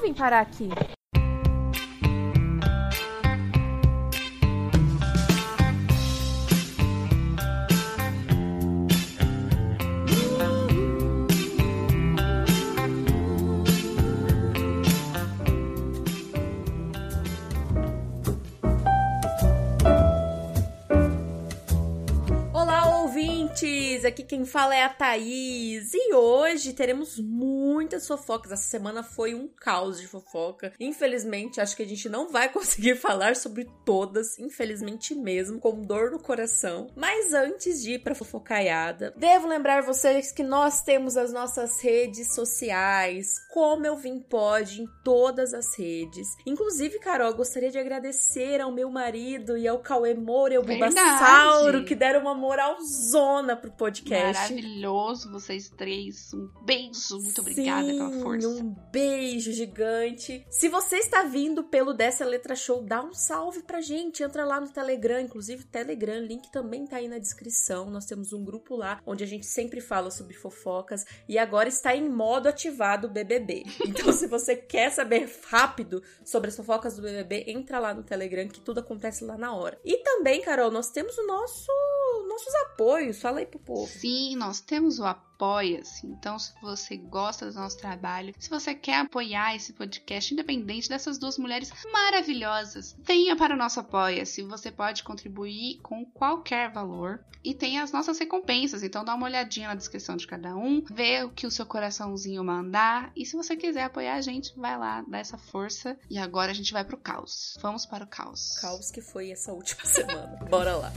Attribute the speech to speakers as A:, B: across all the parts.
A: vim parar aqui?
B: Aqui quem fala é a Thaís e hoje teremos muitas fofocas. Essa semana foi um caos de fofoca. Infelizmente, acho que a gente não vai conseguir falar sobre todas, infelizmente mesmo, com dor no coração. Mas antes de ir pra fofocaiada, devo lembrar vocês que nós temos as nossas redes sociais, Como Eu Vim Pod, em todas as redes. Inclusive, Carol, gostaria de agradecer ao meu marido e ao Cauê Moura e ao Bulbasauro, que deram uma moralzona pro podcast.
C: Maravilhoso, vocês três. Um beijo, muito obrigada pela força.
B: Um beijo gigante. Se você está vindo pelo Dessa Letra Show, dá um salve pra gente. Entra lá no Telegram, inclusive Telegram, link também tá aí na descrição. Nós temos um grupo lá, onde a gente sempre fala sobre fofocas. E agora está em modo ativado o BBB. Então, se você quer saber rápido sobre as fofocas do BBB, entra lá no Telegram, que tudo acontece lá na hora. E também, Carol, nós temos nossos apoios. Fala aí pro povo.
C: Sim, nós temos o Apoia-se. Então, se você gosta do nosso trabalho, se você quer apoiar esse podcast, independente dessas duas mulheres maravilhosas, venha para o nosso Apoia-se. Você pode contribuir com qualquer valor e tem as nossas recompensas. Então, dá uma olhadinha na descrição de cada um, vê o que o seu coraçãozinho mandar. E se você quiser apoiar a gente, vai lá, dá essa força. E agora a gente vai pro caos. Vamos para o caos.
B: Caos que foi essa última semana. Bora lá.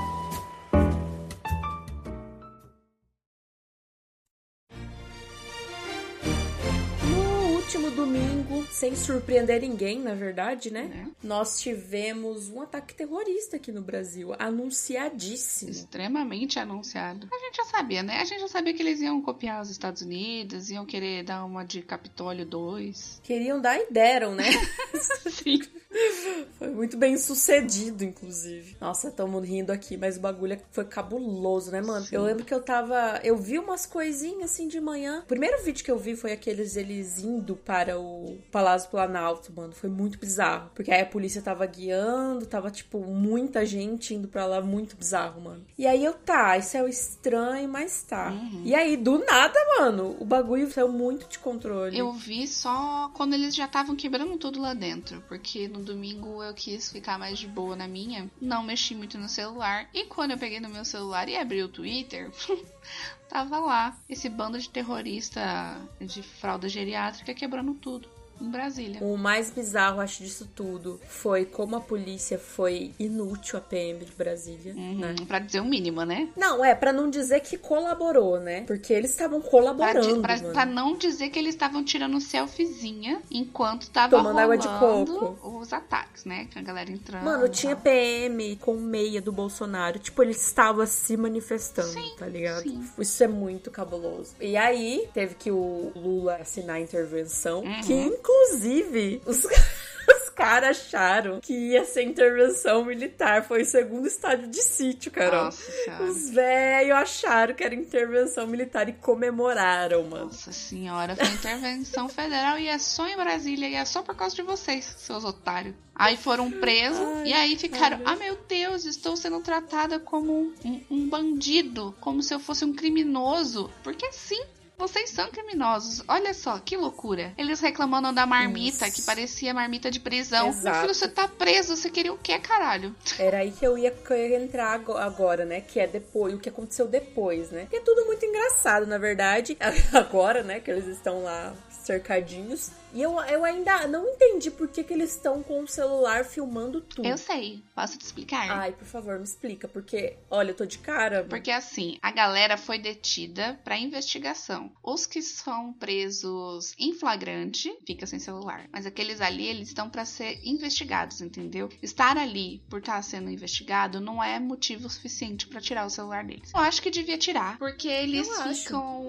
B: Último domingo, sem surpreender ninguém, na verdade, né? Nós tivemos um ataque terrorista aqui no Brasil, anunciadíssimo.
C: Extremamente anunciado. A gente já sabia, né? A gente já sabia que eles iam copiar os Estados Unidos, iam querer dar uma de Capitólio 2.
B: Queriam dar e deram, né?
C: Sim.
B: Foi muito bem sucedido, inclusive. Nossa, tamo rindo aqui, mas o bagulho foi cabuloso, né, mano? Sim. Eu lembro que eu vi umas coisinhas assim de manhã. O primeiro vídeo que eu vi foi eles indo para o Palácio Planalto, mano. Foi muito bizarro. Porque aí a polícia tava guiando, tava, tipo, muita gente indo pra lá, muito bizarro, mano. E aí isso é estranho, mas tá. E aí, do nada, mano, o bagulho saiu muito de controle.
C: Eu vi só quando eles já estavam quebrando tudo lá dentro, porque no domingo eu quis ficar mais de boa na minha, não mexi muito no celular, e quando eu peguei no meu celular e abri o Twitter, tava lá esse bando de terrorista de fralda geriátrica quebrando tudo em Brasília.
B: O mais bizarro, acho, disso tudo foi como a polícia foi inútil, a PM de Brasília, né?
C: Pra dizer o mínimo, né?
B: Não, pra não dizer que colaborou, né? Porque eles estavam colaborando,
C: pra não dizer que eles estavam tirando selfiezinha enquanto tava
B: tomando água de coco.
C: Os ataques, né? Que a galera entrando.
B: Mano, tinha PM com meia do Bolsonaro. Tipo, eles estavam se manifestando, sim, tá ligado?
C: Sim.
B: Isso é muito cabuloso. E aí, teve que o Lula assinar a intervenção, que inclusive, os caras acharam que ia ser intervenção militar. Foi o segundo estádio de sítio, Carol.
C: Nossa senhora.
B: Os velhos acharam que era intervenção militar e comemoraram, mano.
C: Nossa senhora, foi intervenção federal e é só em Brasília e é só por causa de vocês, seus otários. Aí foram presos e aí ficaram, meu Deus, estou sendo tratada como um bandido, como se eu fosse um criminoso. Porque sim, vocês são criminosos. Olha só, que loucura. Eles reclamando da marmita, que parecia marmita de prisão.
B: Exato.
C: Meu filho, você tá preso, você queria o quê, caralho?
B: Era aí que eu ia entrar agora, né? Que é depois, o que aconteceu depois, né? Que é tudo muito engraçado, na verdade. Agora, né, que eles estão lá cercadinhos. E eu ainda não entendi por que eles estão com o celular filmando tudo.
C: Eu sei, posso te explicar?
B: Ai, por favor, me explica, porque, olha, eu tô de cara.
C: Porque assim, a galera foi detida pra investigação. Os que são presos em flagrante, fica sem celular. Mas aqueles ali, eles estão pra ser investigados, entendeu? Estar ali por estar sendo investigado não é motivo suficiente pra tirar o celular deles. Eu acho que devia tirar, porque eles ficam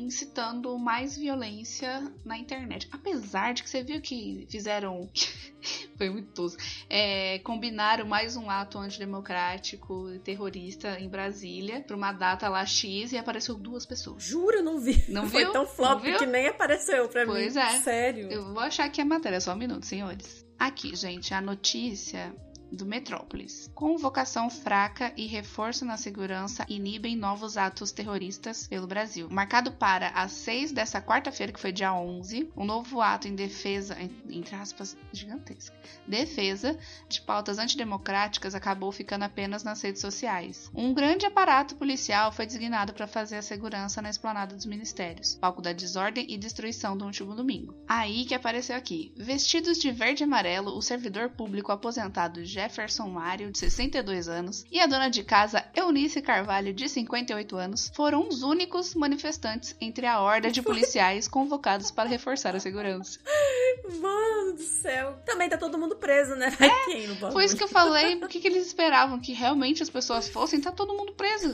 C: incitando mais violência na internet. Apesar de que você viu que fizeram... Foi muito tosco. Combinaram mais um ato antidemocrático e terrorista em Brasília pra uma data lá X e apareceu 2 pessoas.
B: Juro, não vi.
C: Não
B: Foi
C: viu?
B: tão flop que nem apareceu pra mim.
C: Pois é.
B: Sério.
C: Eu vou achar aqui a matéria, só um minuto, senhores. Aqui, gente, a notícia do Metrópolis. Convocação fraca e reforço na segurança inibem novos atos terroristas pelo Brasil. Marcado para as 6 dessa quarta-feira, que foi dia 11, um novo ato em defesa, entre aspas, gigantesca, defesa de pautas antidemocráticas acabou ficando apenas nas redes sociais. Um grande aparato policial foi designado para fazer a segurança na esplanada dos ministérios, palco da desordem e destruição do último domingo. Aí que apareceu aqui. Vestidos de verde e amarelo, o servidor público aposentado Jefferson Mário, de 62 anos, e a dona de casa Eunice Carvalho, de 58 anos, foram os únicos manifestantes entre a horda de policiais convocados para reforçar a segurança.
B: Mano do céu. Também tá todo mundo preso, né? Vai quem no bagulho?
C: Foi isso que eu falei. Por que eles esperavam que realmente as pessoas fossem? Tá todo mundo preso.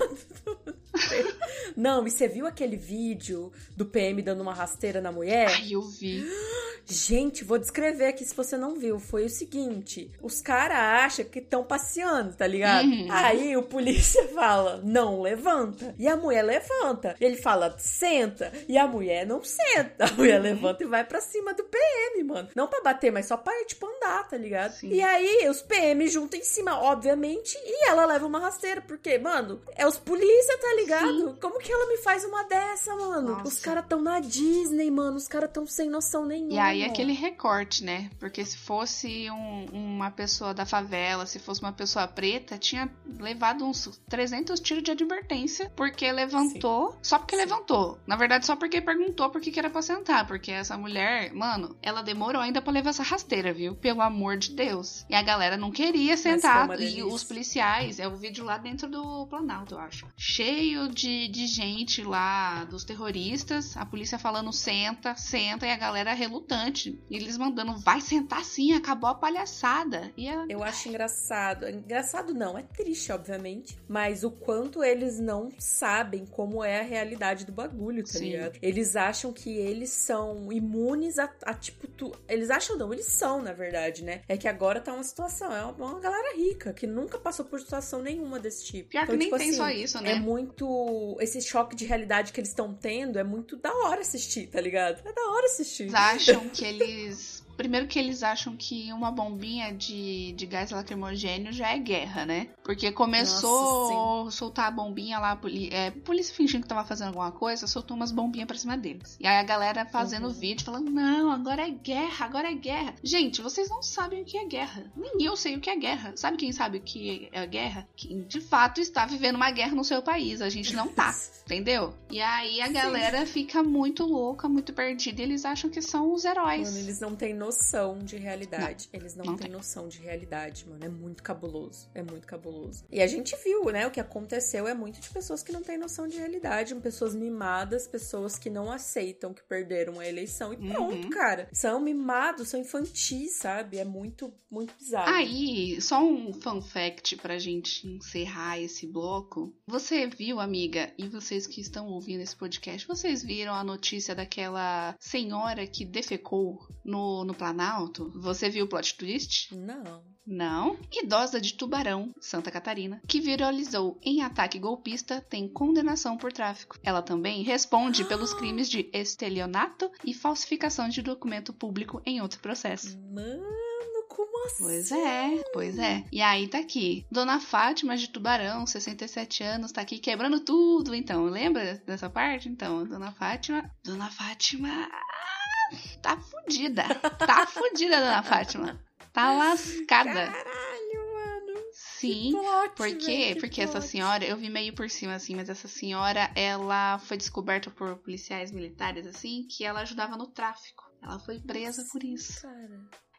B: Não, e você viu aquele vídeo do PM dando uma rasteira na mulher?
C: Ai, eu vi.
B: Gente, vou descrever aqui se você não viu. Foi o seguinte, os caras acham que estão passeando, tá ligado? Aí o polícia fala, não levanta. E a mulher levanta. Ele fala, senta. E a mulher não senta. A mulher levanta e vai pra cima do PM, mano. Não pra bater, mas só pra, tipo, andar, tá ligado?
C: Sim.
B: E aí os PM juntam em cima, obviamente, e ela leva uma rasteira. Porque, mano, é os polícia, tá ligado? Sim. Como que ela me faz uma dessa, mano?
C: Nossa.
B: Os caras tão na Disney, mano. Os caras tão sem noção nenhuma.
C: E aí aquele recorte, né? Porque se fosse uma pessoa da favela, se fosse uma pessoa preta, tinha levado uns 300 tiros de advertência, porque levantou, só porque levantou. Na verdade, só porque perguntou por que era pra sentar, porque essa mulher, mano, ela demorou ainda pra levar essa rasteira, viu? Pelo amor de Deus. E a galera não queria sentar, e os policiais, é o vídeo lá dentro do Planalto, eu acho. Cheio de gente lá, dos terroristas, a polícia falando senta, e a galera relutante. E eles mandando, vai sentar sim, acabou a palhaçada.
B: Eu acho engraçado. Engraçado não, é triste, obviamente. Mas o quanto eles não sabem como é a realidade do bagulho, tá ligado? Eles acham que eles são imunes a tipo... Eles acham não, eles são, na verdade, né? É que agora tá uma situação, é uma galera rica, que nunca passou por situação nenhuma desse tipo.
C: Pior
B: então,
C: que
B: tipo,
C: nem tem só isso, né?
B: É muito... Esse choque de realidade que eles estão tendo é muito da hora assistir, tá ligado? É da hora assistir.
C: Eles acham que eles... Primeiro que eles acham que uma bombinha de gás lacrimogênio já é guerra, né? Porque começou a soltar a bombinha lá, polícia fingindo que tava fazendo alguma coisa, soltou umas bombinhas pra cima deles. E aí a galera fazendo vídeo, falando, não, agora é guerra, agora é guerra. Gente, vocês não sabem o que é guerra. Nem eu sei o que é guerra. Sabe quem sabe o que é guerra? Quem de fato está vivendo uma guerra no seu país. A gente não tá, entendeu? E aí a galera fica muito louca, muito perdida, e eles acham que são os heróis.
B: Mano, eles não têm noção de realidade. Eles não têm noção de realidade, mano. É muito cabuloso. É muito cabuloso. E a gente viu, né? O que aconteceu é muito de pessoas que não têm noção de realidade. Pessoas mimadas, pessoas que não aceitam que perderam a eleição. E pronto, cara. São mimados, são infantis, sabe? É muito, muito bizarro.
C: Aí, só um fun fact pra gente encerrar esse bloco. Você viu, amiga, e vocês que estão ouvindo esse podcast, vocês viram a notícia daquela senhora que defecou no Planalto? Você viu o plot twist? Não? Idosa de Tubarão, Santa Catarina, que viralizou em ataque golpista, tem condenação por tráfico. Ela também responde pelos crimes de estelionato e falsificação de documento público em outro processo.
B: Mano, como assim?
C: Pois é. E aí tá aqui. Dona Fátima de Tubarão, 67 anos, tá aqui quebrando tudo. Então, lembra dessa parte? Então, Dona Fátima... Tá fudida. Tá fudida, Dona Fátima. Tá lascada.
B: Caralho, mano.
C: Sim. Por quê? Porque essa senhora, eu vi meio por cima, assim, mas essa senhora, ela foi descoberta por policiais militares, assim, que ela ajudava no tráfico. Ela foi presa por isso.
B: Cara.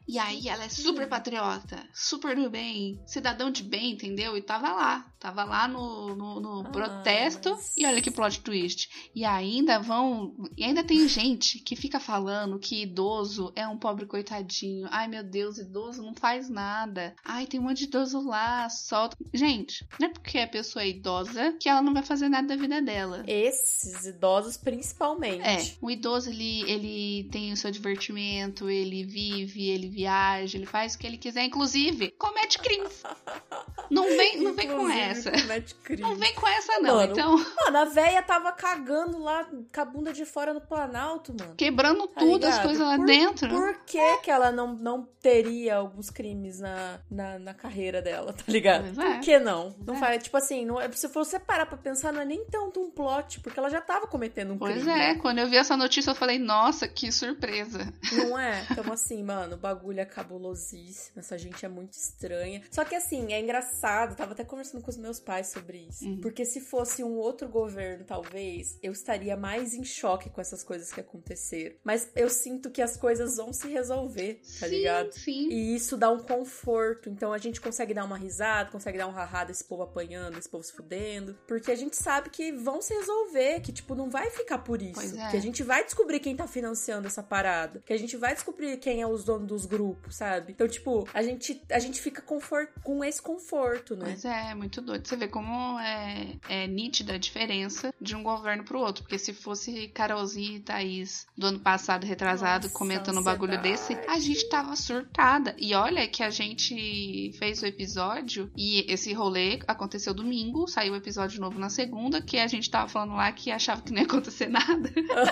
C: E aí ela é super patriota, super do bem, cidadão de bem, entendeu? E tava lá no protesto.
B: Mas...
C: E olha que plot twist. E ainda tem gente que fica falando que idoso é um pobre coitadinho. Ai, meu Deus, idoso não faz nada. Ai, tem um monte de idoso lá, solta. Gente, não é porque a pessoa é idosa que ela não vai fazer nada da vida dela.
B: Esses idosos, principalmente.
C: O idoso, ele tem o seu divertimento, ele vive, ele viaja, ele faz o que ele quiser, inclusive, comete crimes. Não vem com essa. Não vem com essa, não.
B: Mano,
C: então...
B: Mano, a véia tava cagando lá com a bunda de fora no Planalto, mano.
C: Quebrando tudo, as coisas lá dentro.
B: Por que ela não teria alguns crimes na carreira dela, tá ligado?
C: Pois é.
B: Por que não? Não faz, tipo assim, não, se você parar pra pensar, não é nem tanto um plot, porque ela já tava cometendo um crime.
C: Pois é, quando eu vi essa notícia eu falei, nossa, que surpresa.
B: Não é? Então assim, mano, o bagulho é cabulosíssimo, essa gente é muito estranha. Só que assim, é engraçado, tava até conversando com os meus pais sobre isso. Porque se fosse um outro governo, talvez, eu estaria mais em choque com essas coisas que aconteceram. Mas eu sinto que as coisas vão se resolver, tá ligado?
C: Sim.
B: E isso dá um conforto. Então a gente consegue dar uma risada, consegue dar um rarrá desse povo apanhando, esse povo se fudendo. Porque a gente sabe que vão se resolver, que tipo, não vai ficar por isso.
C: Pois é.
B: Que a gente vai descobrir quem tá financiando essa parada. Que a gente vai descobrir quem é os donos dos grupos, sabe? Então, tipo, a gente fica com esse conforto, né?
C: Pois é muito doido. Você vê como é nítida a diferença de um governo pro outro. Porque se fosse Carolzinha e Thaís do ano passado, retrasado, comentando um bagulho desse, a gente tava surtada. E olha que a gente fez o episódio e esse rolê aconteceu domingo, saiu o episódio novo na segunda, que a gente tava falando lá que achava que não ia acontecer nada.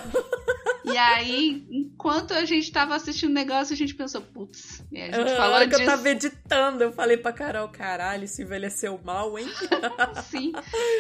C: E aí, enquanto a gente tava assistindo o negócio, a gente pensou, putz, a gente falou
B: hora
C: disso.
B: que eu tava editando, eu falei pra Carol, caralho, isso envelheceu mal, hein?
C: Sim.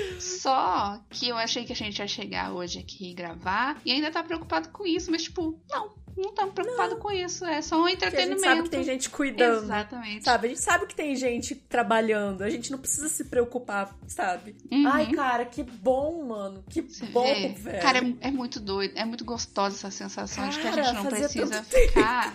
C: Só que eu achei que a gente ia chegar hoje aqui e gravar e ainda tá preocupado com isso, mas tipo, não estamos preocupados com isso, é só um entretenimento.
B: Porque a gente sabe que tem gente cuidando.
C: Exatamente.
B: Sabe? A gente sabe que tem gente trabalhando, a gente não precisa se preocupar, sabe? Ai, cara, que bom, mano. Que bom, velho.
C: Cara, é muito doido, é muito gostosa essa sensação de que a
B: Cara,
C: gente não
B: fazia
C: precisa
B: tanto
C: ficar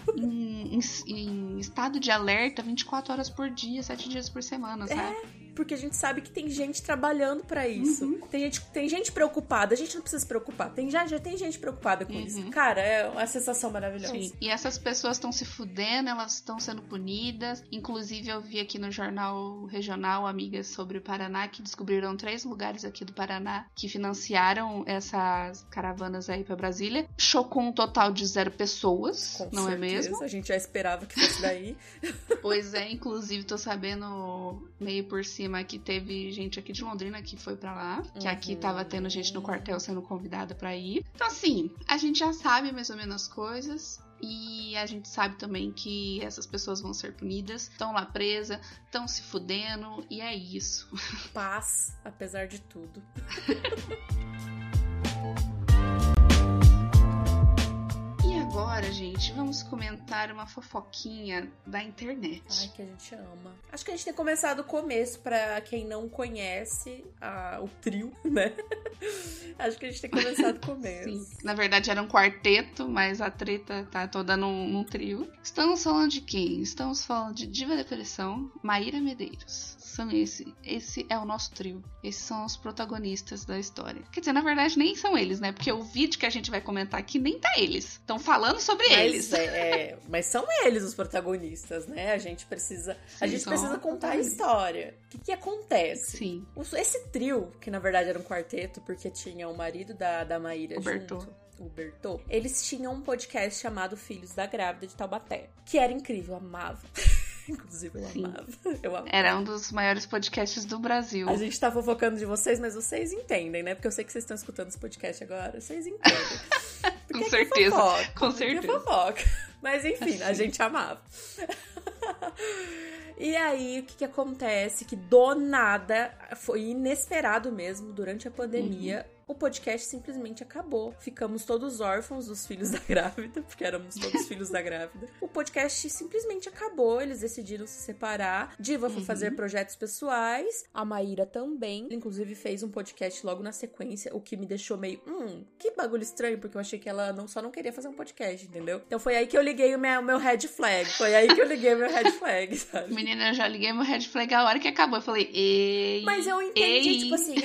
C: em estado de alerta 24 horas por dia, 7 dias por semana, sabe?
B: Porque a gente sabe que tem gente trabalhando pra isso. Tem gente preocupada. A gente não precisa se preocupar. Já tem gente preocupada com isso. Cara, é uma sensação maravilhosa.
C: Sim. E essas pessoas estão se fudendo, elas estão sendo punidas. Inclusive, eu vi aqui no jornal regional Amigas sobre o Paraná que descobriram 3 lugares aqui do Paraná que financiaram essas caravanas aí pra Brasília. Chocou um total de 0 pessoas,
B: Com
C: não
B: certeza.
C: é mesmo?
B: A gente já esperava que fosse daí.
C: Pois é, inclusive tô sabendo meio por cima que teve gente aqui de Londrina que foi pra lá, que aqui tava tendo gente no quartel sendo convidada pra ir. Então assim, a gente já sabe mais ou menos as coisas e a gente sabe também que essas pessoas vão ser punidas, estão lá presas, estão se fudendo e é isso.
B: Paz, apesar de tudo.
C: Agora, gente, vamos comentar uma fofoquinha da internet.
B: Ai, que a gente ama. Acho que a gente tem começado do começo, pra quem não conhece o trio, né? Acho que a gente tem começado do começo.
C: Sim. Na verdade era um quarteto, mas a treta tá toda num trio. Estamos falando de quem? Estamos falando de Diva Depressão, Maíra Medeiros. São esse é o nosso trio. Esses são os protagonistas da história. Quer dizer, na verdade nem são eles, né? Porque o vídeo que a gente vai comentar aqui nem tá eles. Estão falando sobre eles.
B: Mas são eles os protagonistas, né? A gente precisa contar a história. O que acontece?
C: Sim.
B: Esse trio, que na verdade era um quarteto, porque tinha o marido da Maíra junto, o Bertô, eles tinham um podcast chamado Filhos da Grávida de Taubaté, que era incrível, eu amava. Inclusive, eu amava.
C: Era um dos maiores podcasts do Brasil.
B: A gente tá fofocando de vocês, mas vocês entendem, né? Porque eu sei que vocês estão escutando esse podcast agora. Vocês entendem.
C: Com certeza. Com certeza.
B: Fofoca. Mas enfim, a gente amava. E aí, o que acontece? Que do nada, foi inesperado mesmo, durante a pandemia, o podcast simplesmente acabou. Ficamos todos órfãos dos filhos da grávida, porque éramos todos filhos da grávida. O podcast simplesmente acabou, eles decidiram se separar. Diva foi fazer projetos pessoais, a Maíra também. Inclusive fez um podcast logo na sequência, o que me deixou meio, que bagulho estranho, porque eu achei que ela só não queria fazer um podcast, entendeu? Então foi aí que eu liguei o meu red flag. Sabe?
C: Menina, eu já liguei meu red flag a hora que acabou. Eu falei, ei.
B: Mas eu entendi, tipo assim,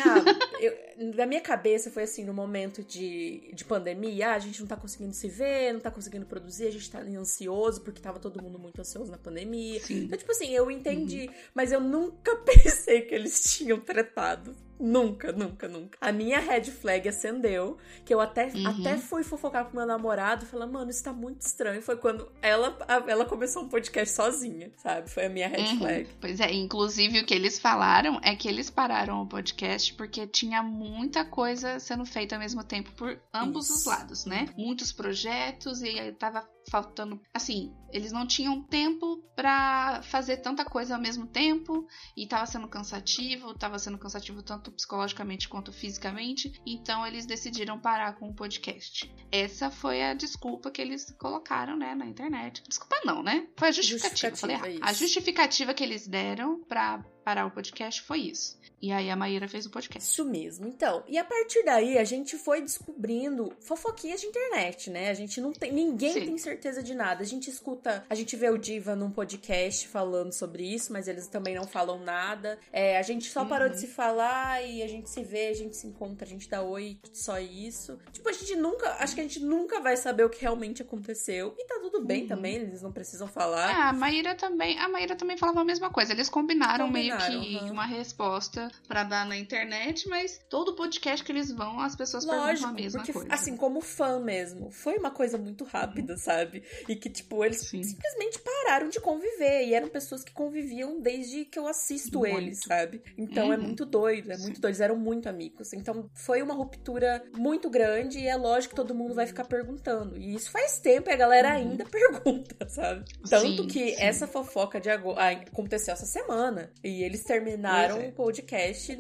B: na minha cabeça foi assim, no momento de pandemia, a gente não tá conseguindo se ver, não tá conseguindo produzir, a gente tá ansioso, porque tava todo mundo muito ansioso na pandemia.
C: Sim.
B: Então, tipo assim, eu entendi, mas eu nunca pensei que eles tinham tretado. Nunca. A minha red flag acendeu, que eu até fui fofocar com meu namorado e falar, mano, isso tá muito estranho. Foi quando ela começou um podcast sozinha, sabe? Foi a minha red flag.
C: Pois é, inclusive o que eles falaram é que eles pararam o podcast porque tinha muita coisa sendo feita ao mesmo tempo por ambos os lados, né? Muitos projetos e aí tava faltando, assim, eles não tinham tempo pra fazer tanta coisa ao mesmo tempo e tava sendo cansativo tanto psicologicamente quanto fisicamente, então eles decidiram parar com o podcast. Essa foi a desculpa que eles colocaram, né, na internet. Desculpa não, né? Foi a justificativa. Falei errado. A justificativa que eles deram pra parar o podcast foi isso. E aí a Maíra fez o podcast.
B: Isso mesmo. Então, e a partir daí a gente foi descobrindo fofoquinhas de internet, né? A gente não tem... Ninguém tem certeza de nada. A gente escuta... A gente vê o Diva num podcast falando sobre isso, mas eles também não falam nada. A gente só parou de se falar e a gente se vê, a gente se encontra, a gente dá oi, só isso. Tipo, a gente nunca... Acho que a gente nunca vai saber o que realmente aconteceu. E tá tudo bem também, eles não precisam falar.
C: A Maíra também falava a mesma coisa. Eles combinaram meio que uma resposta pra dar na internet, mas todo podcast que eles vão, as pessoas perguntam a mesma coisa.
B: Assim, como fã mesmo, foi uma coisa muito rápida, sabe? E que, tipo, eles simplesmente pararam de conviver, e eram pessoas que conviviam desde que eu assisto eles, sabe? Então é muito doido, eles eram muito amigos. Então foi uma ruptura muito grande, e é lógico que todo mundo vai ficar perguntando. E isso faz tempo e a galera ainda pergunta, sabe? Tanto que essa fofoca de agora aconteceu essa semana, e eles terminaram o podcast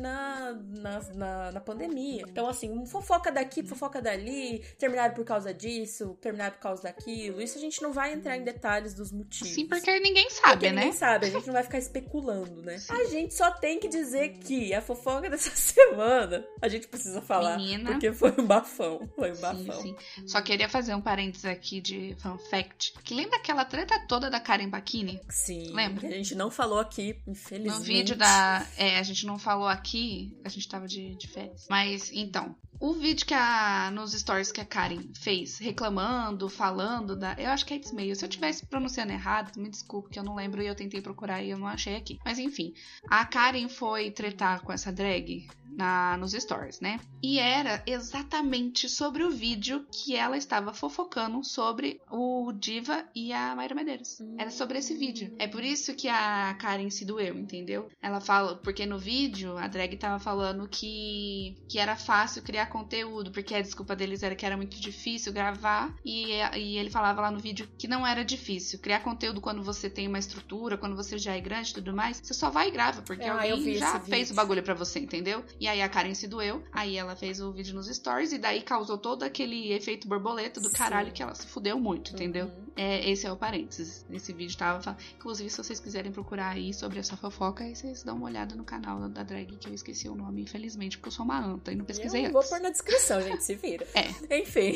B: na pandemia. Então, assim, fofoca daqui, fofoca dali, terminaram por causa disso, terminaram por causa daquilo. Isso a gente não vai entrar em detalhes dos motivos.
C: Sim, porque ninguém sabe, né?
B: Ninguém sabe, a gente não vai ficar especulando, né? Sim. A gente só tem que dizer que a fofoca dessa semana a gente precisa falar, porque foi um bafão.
C: Sim. Só queria fazer um parênteses aqui de fun fact, que lembra aquela treta toda da Karen Bacchini?
B: Sim.
C: Lembra?
B: Que a gente não falou aqui, infelizmente.
C: No vídeo a gente não falou aqui, a gente tava de férias. Mas, então, o vídeo nos stories que a Karen fez, reclamando, falando eu acho que é It's-Mail. Se eu tivesse pronunciando errado, me desculpe, que eu não lembro e eu tentei procurar e eu não achei aqui. Mas, enfim, a Karen foi tretar com essa drag nos stories, né? E era exatamente sobre o vídeo que ela estava fofocando sobre o Diva e a Mayra Medeiros. Era sobre esse vídeo. É por isso que a Karen se doeu, entendeu? Ela fala, porque no vídeo a drag tava falando que era fácil criar conteúdo, porque a desculpa deles era que era muito difícil gravar, e ele falava lá no vídeo que não era difícil. Criar conteúdo quando você tem uma estrutura, quando você já é grande e tudo mais, você só vai e grava, porque alguém já fez o bagulho pra você, entendeu? E aí a Karen se doeu, aí ela fez o vídeo nos stories, e daí causou todo aquele efeito borboleta do caralho que ela se fudeu muito, entendeu? Esse é o parênteses. Esse vídeo tava falando. Inclusive, se vocês quiserem procurar aí sobre essa fofoca, aí vocês dão uma olhada no canal da drag, que eu esqueci o nome, infelizmente, porque eu sou uma anta e não pesquisei antes.
B: Vou pôr na descrição, gente, se vira. Enfim.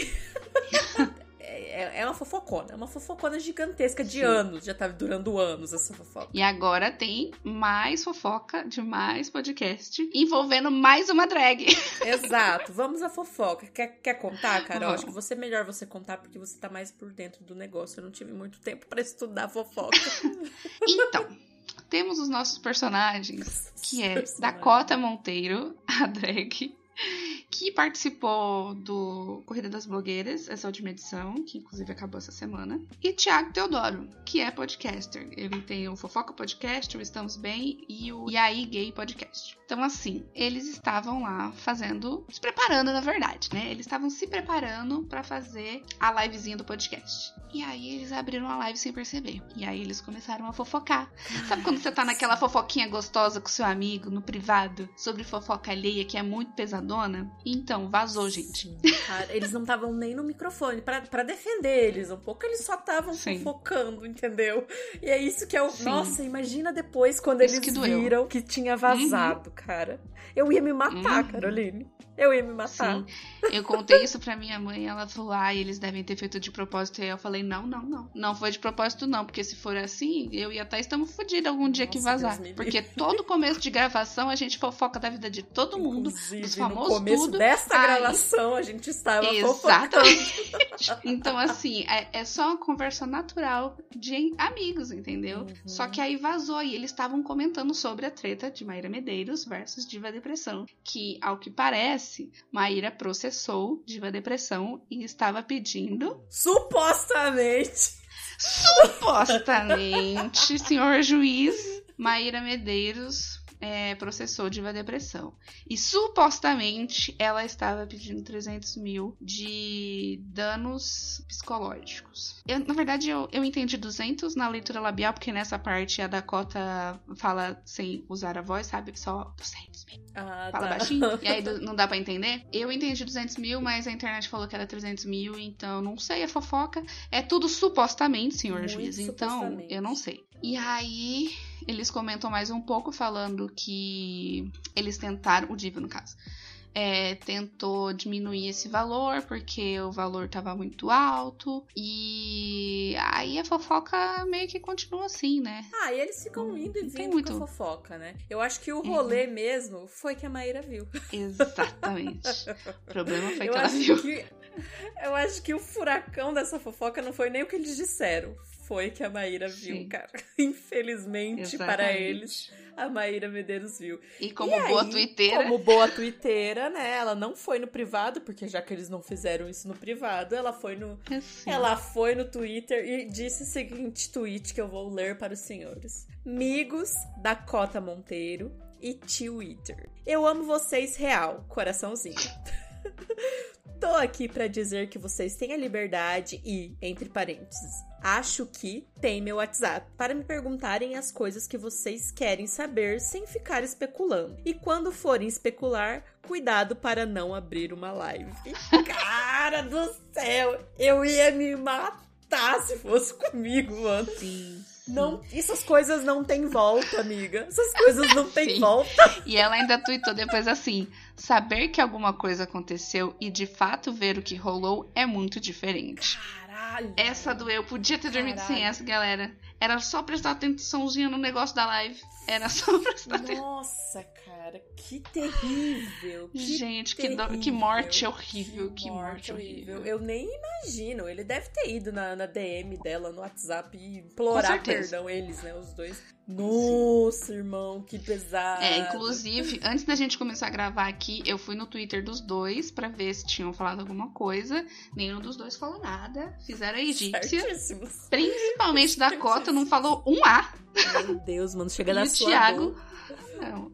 B: É uma fofocona gigantesca de anos, já tá durando anos essa fofoca.
C: E agora tem mais fofoca de mais podcast envolvendo mais uma drag.
B: Exato, vamos à fofoca. Quer contar, Carol? Acho que é melhor você contar porque você tá mais por dentro do negócio. Eu não tive muito tempo pra estudar fofoca.
C: Então, temos os nossos personagens, que é Dakota Monteiro, a drag, que participou do Corrida das Blogueiras, essa última edição, que inclusive acabou essa semana, e Thiago Teodoro, que é podcaster. Ele tem o Fofoca Podcast, o Estamos Bem e o E aí Gay Podcast. Então, assim, eles estavam lá se preparando, na verdade, né? Eles estavam se preparando pra fazer a livezinha do podcast. E aí eles abriram a live sem perceber. E aí eles começaram a fofocar. Sabe quando você tá naquela fofoquinha gostosa com seu amigo, no privado, sobre fofoca alheia, que é muito pesadona? Então, vazou, gente.
B: Sim, cara, eles não estavam nem no microfone pra defender eles um pouco, eles só estavam fofocando, entendeu? E é isso que é o...
C: Sim.
B: Nossa, imagina depois quando eles viram que tinha vazado, cara. Eu ia me matar, Caroline. Eu ia me matar.
C: Sim. Eu contei isso pra minha mãe, ela falou, eles devem ter feito de propósito. E eu falei, não. Não foi de propósito, não. Porque se for assim, eu e a Thaís estamos fodidos algum dia que vazar. Porque todo começo de gravação, a gente fofoca da vida de todo mundo.
B: Inclusive,
C: dos famosos,
B: no começo
C: tudo.
B: dessa gravação, a gente estava fofocando.
C: Então, assim, é só uma conversa natural de amigos, entendeu? Só que aí vazou e eles estavam comentando sobre a treta de Maíra Medeiros versus Diva Depressão. Que, ao que parece, Maíra processou Diva Depressão e estava pedindo...
B: Supostamente,
C: senhor juiz, Maíra Medeiros processou Diva Depressão. E supostamente ela estava pedindo 300 mil de danos psicológicos. Na verdade, eu entendi 200 na leitura labial, porque nessa parte a Dakota fala sem usar a voz, sabe? Só 200 mil. Fala baixinho. E aí não dá pra entender. Eu entendi 200 mil, mas a internet falou que era 300 mil, então não sei, é fofoca. É tudo supostamente, senhor juiz. Então, eu não sei. E aí, eles comentam mais um pouco, falando que eles tentaram, o Diva no caso, tentou diminuir esse valor, porque o valor tava muito alto, e aí a fofoca meio que continua assim, né?
B: E eles ficam indo e vindo com a fofoca, né? Eu acho que o rolê mesmo foi que a Maíra viu.
C: Exatamente. O problema foi que ela viu.
B: Eu acho que o furacão dessa fofoca não foi nem o que eles disseram. Foi que a Maíra viu, cara. Infelizmente, para eles, a Maíra Medeiros viu.
C: E como boa tuiteira...
B: Como boa tuiteira, né? Ela não foi no privado, porque já que eles não fizeram isso no privado, ela foi no Twitter e disse o seguinte tweet que eu vou ler para os senhores. Migos, Dakota Monteiro e Twitter. Eu amo vocês real, coraçãozinho. Tô aqui pra dizer que vocês têm a liberdade e, entre parênteses, acho que tem meu WhatsApp para me perguntarem as coisas que vocês querem saber sem ficar especulando. E quando forem especular, cuidado para não abrir uma live. Cara do céu, eu ia me matar se fosse comigo, mano.
C: Sim.
B: Não, essas coisas não tem volta, amiga. Essas coisas não tem volta.
C: E ela ainda tweetou depois assim: saber que alguma coisa aconteceu e de fato ver o que rolou é muito diferente.
B: Caralho.
C: Essa doeu. Podia ter dormido sem essa, galera. Era só prestar atençãozinha no negócio da live. Era só prestar atenção.
B: Nossa, cara, que terrível.
C: Gente, que morte horrível. Que morte horrível.
B: Eu nem imagino. Ele deve ter ido na DM dela no WhatsApp e implorar perdão, eles, né? Os dois. Nossa, irmão, que pesado.
C: Inclusive, antes da gente começar a gravar aqui, eu fui no Twitter dos dois pra ver se tinham falado alguma coisa. Nenhum dos dois falou nada. Fizeram a egípcia. Principalmente Dakota, não falou um A.
B: Meu Deus, mano, chega da sua
C: Thiago,
B: dor.
C: Não,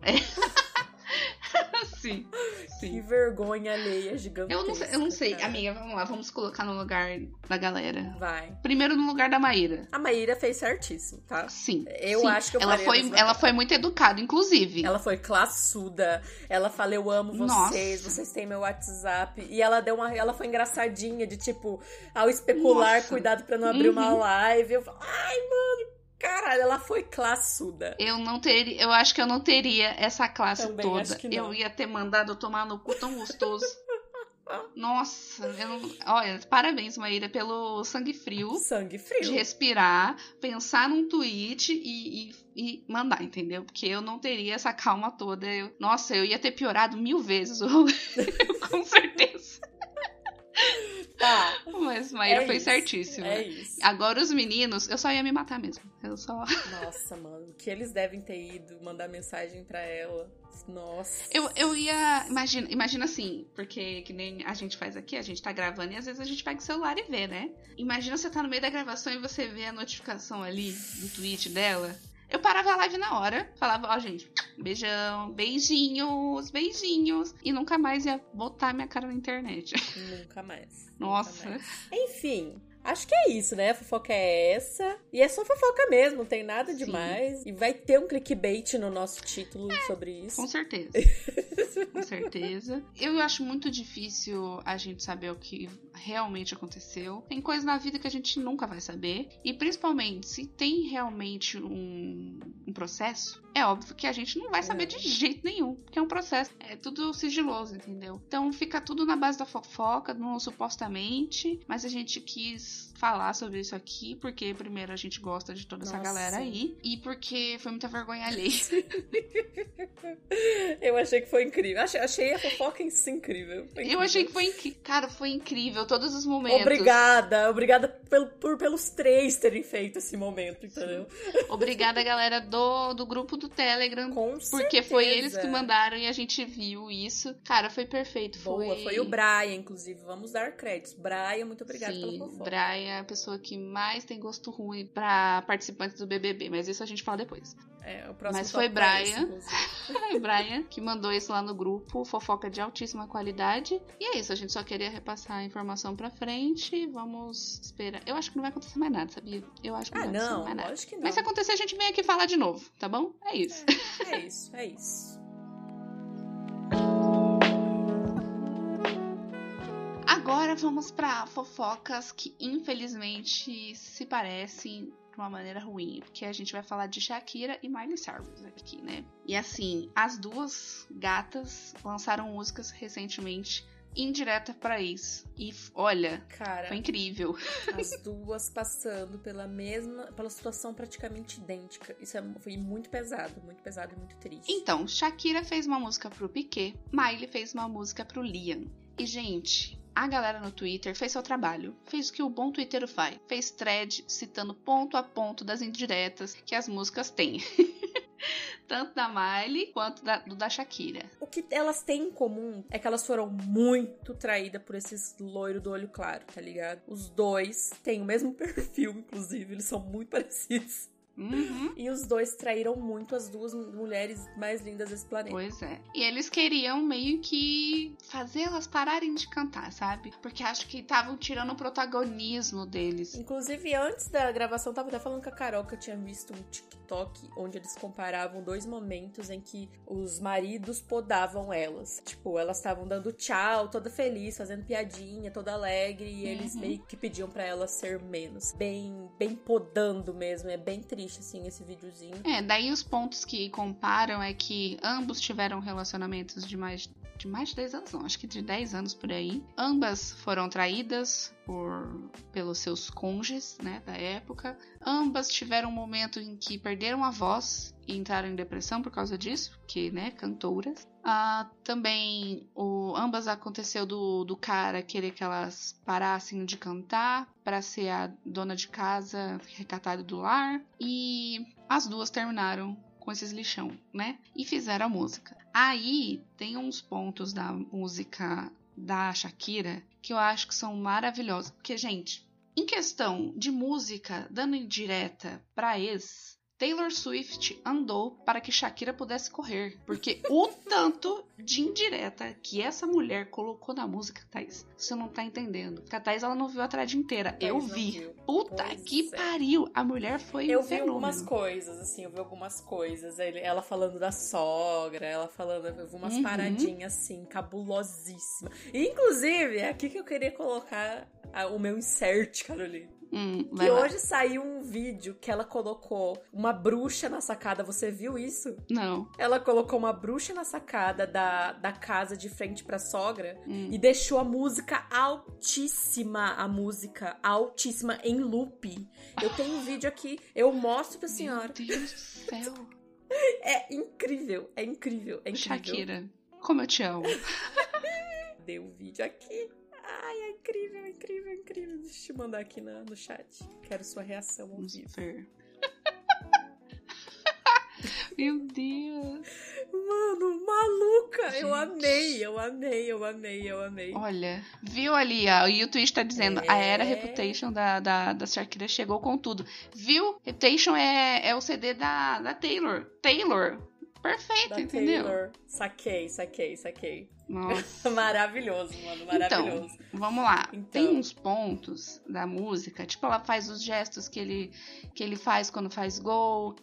C: Sim.
B: Que vergonha alheia gigantesca.
C: Eu não sei. Cara. Amiga, vamos lá, vamos colocar no lugar da galera.
B: Vai.
C: Primeiro no lugar da Maíra.
B: A Maíra fez certíssimo, tá?
C: Sim.
B: Eu acho que eu
C: ela foi muito educada, inclusive.
B: Ela foi classuda. Ela falou, eu amo vocês, vocês têm meu WhatsApp. E ela ela foi engraçadinha, de tipo, ao especular, cuidado pra não abrir uma live. Eu falo, ai, mano. Caralho, ela foi classuda.
C: Eu acho que eu não teria essa classe
B: também
C: toda.
B: Acho que não.
C: Eu ia ter mandado tomar no cu tão gostoso. Nossa, olha, parabéns, Maíra, pelo sangue frio.
B: Sangue frio.
C: De respirar, pensar num tweet e mandar, entendeu? Porque eu não teria essa calma toda. Eu ia ter piorado 1000 vezes o rolê. Com certeza.
B: Tá.
C: Mas Maíra foi certíssima.
B: É isso.
C: Agora os meninos, eu só ia me matar mesmo.
B: Nossa, mano, que eles devem ter ido mandar mensagem pra ela. Nossa.
C: Eu ia... Imagina assim, porque que nem a gente faz aqui, a gente tá gravando e às vezes a gente pega o celular e vê, né? Imagina você tá no meio da gravação e você vê a notificação ali do tweet dela. Eu parava a live na hora, falava, gente, beijão, beijinhos, e nunca mais ia botar minha cara na internet.
B: Nunca mais.
C: Nossa.
B: Nunca mais. Enfim, Acho que é isso, né? A fofoca é essa. E é só fofoca mesmo, não tem nada demais. E vai ter um clickbait no nosso título sobre isso.
C: Com certeza. Com certeza. Eu acho muito difícil a gente saber o que realmente aconteceu. Tem coisas na vida que a gente nunca vai saber. E principalmente, se tem realmente um processo, é óbvio que a gente não vai saber de jeito nenhum. Porque é um processo. É tudo sigiloso, entendeu? Então fica tudo na base da fofoca, supostamente. Mas a gente quis falar sobre isso aqui, porque primeiro a gente gosta de toda essa galera aí. E porque foi muita vergonha alheia.
B: Eu achei que foi incrível. Achei a fofoca em si incrível.
C: Eu achei que foi incrível. Cara, foi incrível. Todos os momentos.
B: Obrigada pelos três terem feito esse momento, entendeu?
C: Obrigada, galera do grupo do Telegram.
B: Com certeza.
C: Porque foi eles que mandaram e a gente viu isso. Cara, foi perfeito.
B: Foi o Brian, inclusive. Vamos dar créditos. Brian, muito obrigada pela fofoca.
C: Brian é a pessoa que mais tem gosto ruim pra participantes do BBB. Mas isso a gente fala depois.
B: O próximo
C: mas foi Brian. Foi Brian que mandou isso lá no grupo. Fofoca de altíssima qualidade. E é isso. A gente só queria repassar a informação pra frente. Vamos esperar. Eu acho que não vai acontecer mais nada, sabia? Eu acho que não vai acontecer mais nada.
B: Lógico que não.
C: Mas se acontecer, a gente vem aqui falar de novo, tá bom? É isso.
B: É isso.
C: Agora vamos pra fofocas que infelizmente se parecem de uma maneira ruim, porque a gente vai falar de Shakira e Miley Cyrus aqui, né? E assim, as duas gatas lançaram músicas recentemente indireta pra ex. E olha, cara, foi incrível.
B: As duas passando pela situação praticamente idêntica. Isso foi muito pesado e muito triste.
C: Então, Shakira fez uma música pro Piqué, Miley fez uma música pro Liam. E, gente, a galera no Twitter fez seu trabalho. Fez o que o bom twitteiro faz. Fez thread citando ponto a ponto das indiretas que as músicas têm. Tanto da Miley quanto da Shakira.
B: O que elas têm em comum é que elas foram muito traídas por esses loiros do olho claro, tá ligado? Os dois têm o mesmo perfil, inclusive, eles são muito parecidos.
C: Uhum.
B: E os dois traíram muito as duas mulheres mais lindas desse planeta.
C: Pois é. E eles queriam meio que fazer elas pararem de cantar, sabe? Porque acho que estavam tirando o protagonismo deles.
B: Inclusive, antes da gravação, tava até falando com a Carol que eu tinha visto um TikTok onde eles comparavam dois momentos em que os maridos podavam elas. Tipo, elas estavam dando tchau, toda feliz, fazendo piadinha, toda alegre, e eles meio que pediam pra elas ser menos. Bem podando mesmo, é bem triste, assim, esse videozinho.
C: Daí os pontos que comparam é que ambos tiveram relacionamentos de mais de 10 anos, não, acho que de 10 anos por aí. Ambas foram traídas pelos seus cônjuges, né, da época. Ambas tiveram um momento em que perderam a voz e entraram em depressão por causa disso, porque, né, cantoras. Também, ambas aconteceu do cara querer que elas parassem de cantar para ser a dona de casa recatada do lar. E as duas terminaram com esses lixão, né? E fizeram a música. Aí tem uns pontos da música da Shakira que eu acho que são maravilhosos. Porque, gente, em questão de música dando indireta pra ex, Taylor Swift andou para que Shakira pudesse correr. Porque o tanto de indireta que essa mulher colocou na música, Thaís, você não tá entendendo. Porque a Thaís, ela não viu a thread inteira. Eu vi. Puta que pariu. A mulher foi
B: Eu vi algumas coisas. Ela falando da sogra, eu vi umas paradinhas, assim, cabulosíssimas. Inclusive, é aqui que eu queria colocar o meu insert, Carolina. E hoje saiu um vídeo que ela colocou uma bruxa na sacada. Você viu isso?
C: Não.
B: Ela colocou uma bruxa na sacada da casa de frente pra sogra e deixou a música altíssima. Em loop. Eu tenho um vídeo aqui, eu mostro pra senhora.
C: Meu Deus do céu.
B: É incrível.
C: Shakira, como eu te amo.
B: Deu o vídeo aqui. Ai, é incrível. Deixa eu te mandar aqui no chat. Quero sua reação ao vivo.
C: Meu Deus.
B: Mano, maluca. Gente. Eu amei.
C: Olha, viu ali, ó, e o Twitch tá dizendo, a era Reputation da Shakira chegou com tudo. Viu? Reputation é o CD da Taylor. perfeito,
B: da
C: entendeu?
B: Taylor. Saquei.
C: Nossa.
B: Maravilhoso, mano, maravilhoso.
C: Então, vamos lá.
B: Então.
C: Tem uns pontos da música, tipo, ela faz os gestos que ele faz quando faz gol,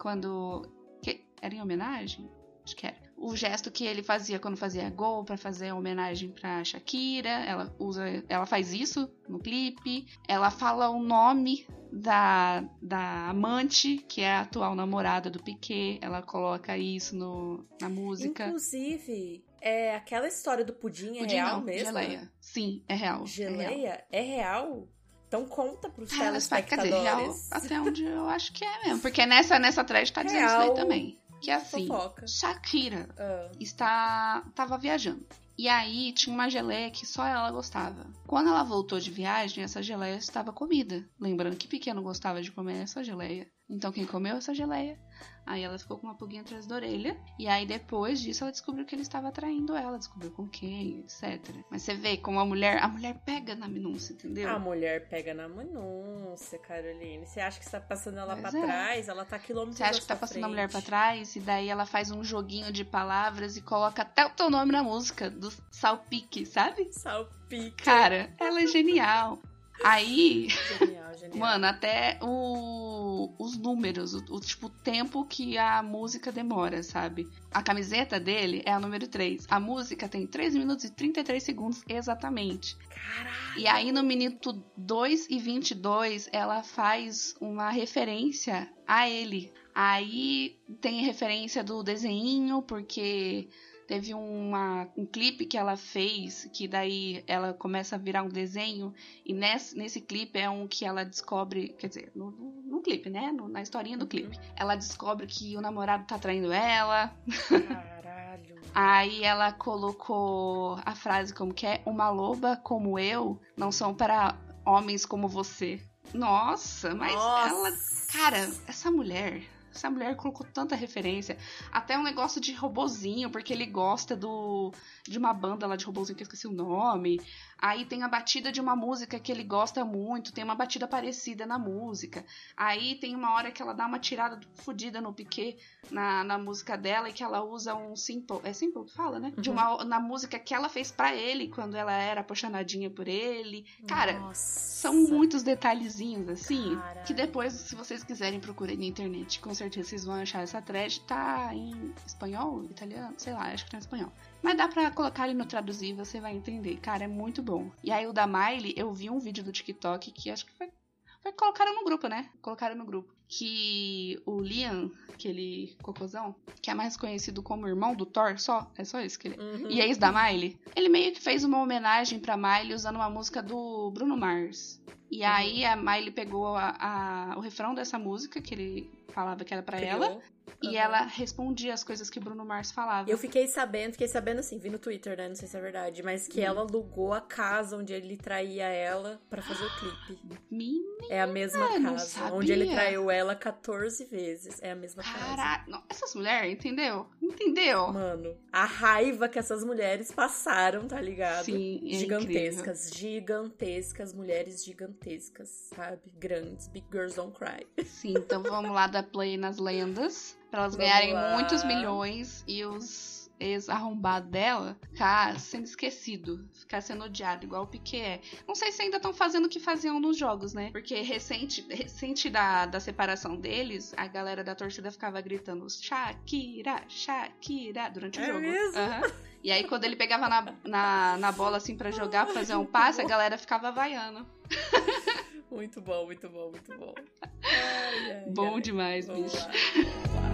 C: era em homenagem? Acho que era. O gesto que ele fazia quando fazia gol pra fazer homenagem pra Shakira, ela faz isso no clipe. Ela fala o nome da amante, que é a atual namorada do Piquet. Ela coloca isso na música.
B: Inclusive, aquela história do pudim
C: Pudim
B: real
C: não,
B: mesmo?
C: Geleia. Sim, é real.
B: Geleia? É real? Então conta pros
C: Quer dizer,
B: telespectadores.
C: real, até onde eu acho que é mesmo. Porque nessa thread tá dizendo isso daí também. Que é assim,
B: Fofoca.
C: Shakira tava viajando. E aí tinha uma geleia que só ela gostava. Quando ela voltou de viagem, essa geleia estava comida. Lembrando que pequeno gostava de comer essa geleia. Então quem comeu essa geleia? Aí ela ficou com uma pulguinha atrás da orelha. E aí depois disso ela descobriu que ele estava traindo ela. Descobriu com quem, etc. Mas você vê como a mulher pega na minúcia, entendeu?
B: A mulher pega na minúcia, Caroline. Você acha que você tá passando ela
C: Pois
B: pra trás? Ela tá quilômetros
C: Você acha que tá passando a mulher pra trás e daí ela faz um joguinho de palavras e coloca até o teu nome na música, do salpique, sabe?
B: Salpique.
C: Cara, ela é genial. Aí,
B: Genial.
C: mano, até os números, o tempo que a música demora, sabe? A camiseta dele é a número 3. A música tem 3 minutos e 33 segundos exatamente.
B: Caralho.
C: E aí no minuto 2 e 22, ela faz uma referência a ele. Aí tem referência do desenho, porque teve um clipe que ela fez, que daí ela começa a virar um desenho, e nesse clipe é um que ela descobre, quer dizer, no clipe, né? Na historinha do clipe. Ela descobre que o namorado tá traindo ela.
B: Caralho.
C: Aí ela colocou a frase como que é: uma loba como eu não são para homens como você. Nossa, mas ela... Cara, essa mulher colocou tanta referência. Até um negócio de robozinho, porque ele gosta de uma banda lá de robozinho que eu esqueci o nome. Aí tem a batida de uma música que ele gosta muito, tem uma batida parecida na música. Aí tem uma hora que ela dá uma tirada fodida no Piquet na música dela, e que ela usa um simple. É simple que fala, né? Na música que ela fez pra ele quando ela era apaixonadinha por ele. Cara, são muitos detalhezinhos assim.
B: Caralho.
C: Que depois, se vocês quiserem, procurem na internet. Com certeza vocês vão achar essa thread. Tá em espanhol, italiano, sei lá, acho que tá em espanhol. Mas dá pra colocar ali no traduzir, você vai entender. Cara, é muito bom. E aí o da Miley, eu vi um vídeo do TikTok que acho que foi colocaram no grupo, né? Colocaram no grupo. Que o Liam, aquele cocôzão, que é mais conhecido como irmão do Thor, é só isso que ele é. E ex da Miley, ele meio que fez uma homenagem pra Miley usando uma música do Bruno Mars. E aí a Miley pegou o refrão dessa música, que ele falava que era pra ela, e ela respondia as coisas que o Bruno Mars falava.
B: Eu fiquei sabendo assim, vi no Twitter, né? Não sei se é verdade, mas que ela alugou a casa onde ele traía ela pra fazer o clipe.
C: Menina,
B: é a mesma casa, onde ele traiu ela 14 vezes. É a mesma casa.
C: Caralho, essas mulheres, entendeu? Entendeu?
B: Mano, a raiva que essas mulheres passaram, tá ligado?
C: Sim, é
B: gigantescas, gigantescas, mulheres gigantescas, sabe? Grandes, big girls don't cry.
C: Sim, então vamos lá dar play nas lendas, pra elas ganharem muitos milhões e os ex-arrombados dela ficar sendo esquecido, ficar sendo odiado, igual o Piquet é. Não sei se ainda estão fazendo o que faziam nos jogos, né? Porque recente da separação deles, a galera da torcida ficava gritando Shakira, Shakira durante o jogo.
B: Mesmo?
C: E aí quando ele pegava na bola assim pra jogar, pra fazer um passe, a galera ficava vaiando.
B: Muito bom, muito bom, muito bom. Ai,
C: bom demais,
B: vamos
C: bicho.
B: Lá, vamos lá.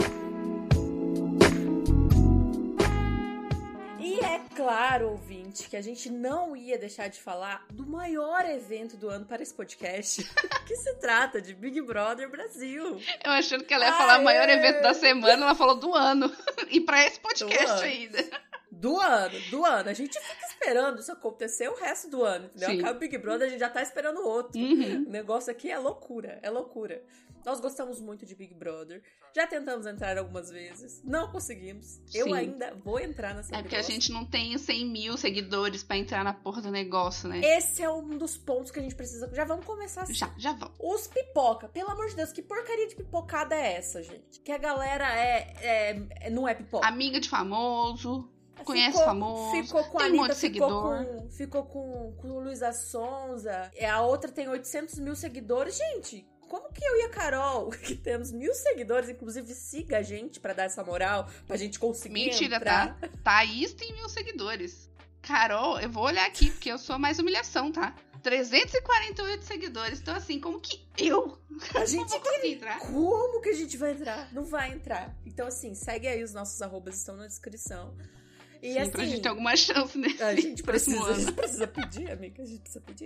B: E é claro, ouvinte, que a gente não ia deixar de falar do maior evento do ano para esse podcast, que se trata de Big Brother Brasil.
C: Eu achando que ela ia falar o maior evento da semana, ela falou do ano. E pra esse podcast ainda.
B: do ano. A gente fica esperando isso acontecer o resto do ano, entendeu?
C: Sim.
B: Acaba o Big Brother, a gente já tá esperando outro. O negócio aqui é loucura, é loucura. Nós gostamos muito de Big Brother. Já tentamos entrar algumas vezes. Não conseguimos. Eu
C: Sim.
B: ainda vou entrar nessa
C: É porque a gente não tem 100 mil seguidores pra entrar na porra do negócio, né?
B: Esse é um dos pontos que a gente precisa... Já vamos começar assim.
C: Já vamos.
B: Os pipoca. Pelo amor de Deus, que porcaria de pipocada é essa, gente? Que a galera não é pipoca.
C: Amiga de famoso... Conhece famoso,
B: ficou com a
C: tem
B: Anitta,
C: um monte de seguidor.
B: ficou com o Luísa Sonza. A outra tem 800 mil seguidores. Gente, como que eu e a Carol, que temos 1.000 seguidores, inclusive siga a gente pra dar essa moral, pra gente conseguir
C: Mentira,
B: entrar.
C: tá? Thaís tem 1.000 seguidores. Carol, eu vou olhar aqui, porque eu sou mais humilhação, tá? 348 seguidores. Então, assim, como que eu
B: A gente
C: não vou conseguir entrar?
B: Como que a gente vai entrar? Não vai entrar. Então, assim, segue aí, os nossos arrobas estão na descrição. E
C: Sim,
B: assim,
C: pra gente ter alguma chance nesse
B: a gente
C: próximo ano.
B: precisa pedir, amiga. A gente precisa pedir.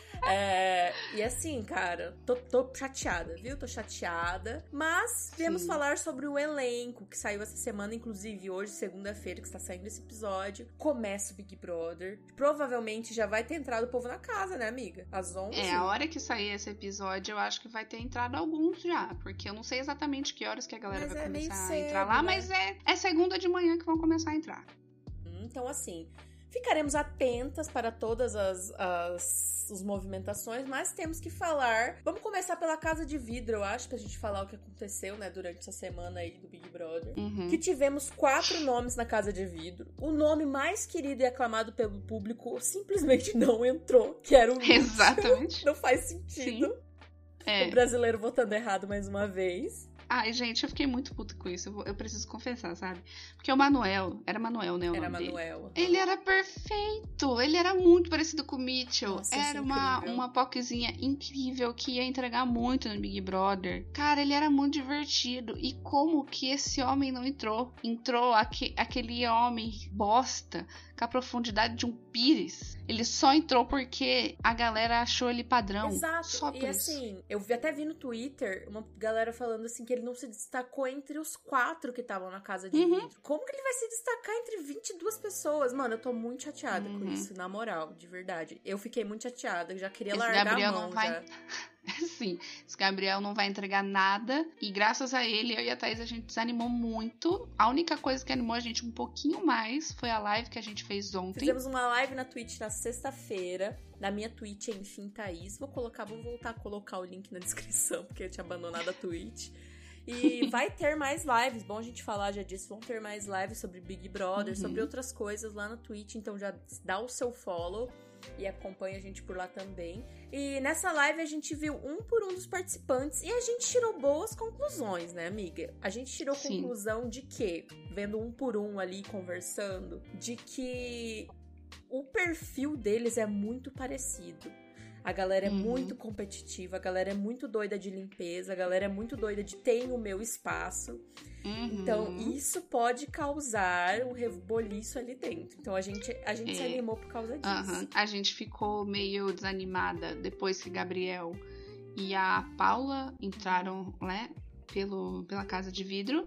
B: E assim, cara, tô chateada, viu? Tô chateada. Mas viemos falar sobre o elenco que saiu essa semana. Inclusive, hoje, segunda-feira, que está saindo esse episódio, começa o Big Brother. Provavelmente já vai ter entrado o povo na casa, né, amiga? Às 11.
C: A hora que sair esse episódio, eu acho que vai ter entrado alguns já. Porque eu não sei exatamente que horas que a galera vai começar a entrar lá.
B: Né?
C: Mas é segunda de manhã que vão começar a entrar.
B: Então, assim, ficaremos atentas para todas as movimentações, mas temos que falar... Vamos começar pela Casa de Vidro, eu acho, pra gente falar o que aconteceu, né, durante essa semana aí do Big Brother. Que tivemos 4 nomes na Casa de Vidro. O nome mais querido e aclamado pelo público simplesmente não entrou, que era o Mitchell.
C: Exatamente.
B: Não faz sentido. O brasileiro votando errado mais uma vez.
C: Ai, gente, eu fiquei muito puta com isso. Eu preciso confessar, sabe? Porque o Manuel... Era Manuel, né?
B: Era Manuel.
C: Ele era perfeito. Ele era muito parecido com o Mitchell.
B: Nossa,
C: era uma POCzinha incrível que ia entregar muito no Big Brother. Cara, ele era muito divertido. E como que esse homem não entrou? Entrou aquele homem bosta com a profundidade de um pires. Ele só entrou porque a galera achou ele padrão.
B: Exato.
C: Só por
B: e
C: isso.
B: assim, eu até vi no Twitter uma galera falando assim que ele não se destacou entre os 4 que estavam na Casa de Vidro. Como que ele vai se destacar entre 22 pessoas? Mano, eu tô muito chateada com isso, na moral, de verdade. Eu fiquei muito chateada, eu já queria largar
C: Gabriel
B: a mão.
C: Não vai... Sim, esse Gabriel não vai entregar nada. E graças a ele, eu e a Thaís, a gente desanimou muito. A única coisa que animou a gente um pouquinho mais foi a live que a gente fez ontem.
B: Fizemos uma live na Twitch na sexta-feira. Na minha Twitch é Enfim Thaís. Vou voltar a colocar o link na descrição, porque eu tinha abandonado a Twitch. E vai ter mais lives, bom a gente falar já disso, vão ter mais lives sobre Big Brother, sobre outras coisas lá na Twitch, então já dá o seu follow e acompanha a gente por lá também. E nessa live a gente viu um por um dos participantes e a gente tirou boas conclusões, né, amiga? A gente tirou conclusão de que, vendo um por um ali conversando, de que o perfil deles é muito parecido. A galera é muito competitiva, a galera é muito doida de limpeza, a galera é muito doida de ter o meu espaço. Então, isso pode causar um reboliço ali dentro. Então, a gente se animou por causa disso.
C: A gente ficou meio desanimada depois que Gabriel e a Paula entraram, né, pela Casa de Vidro.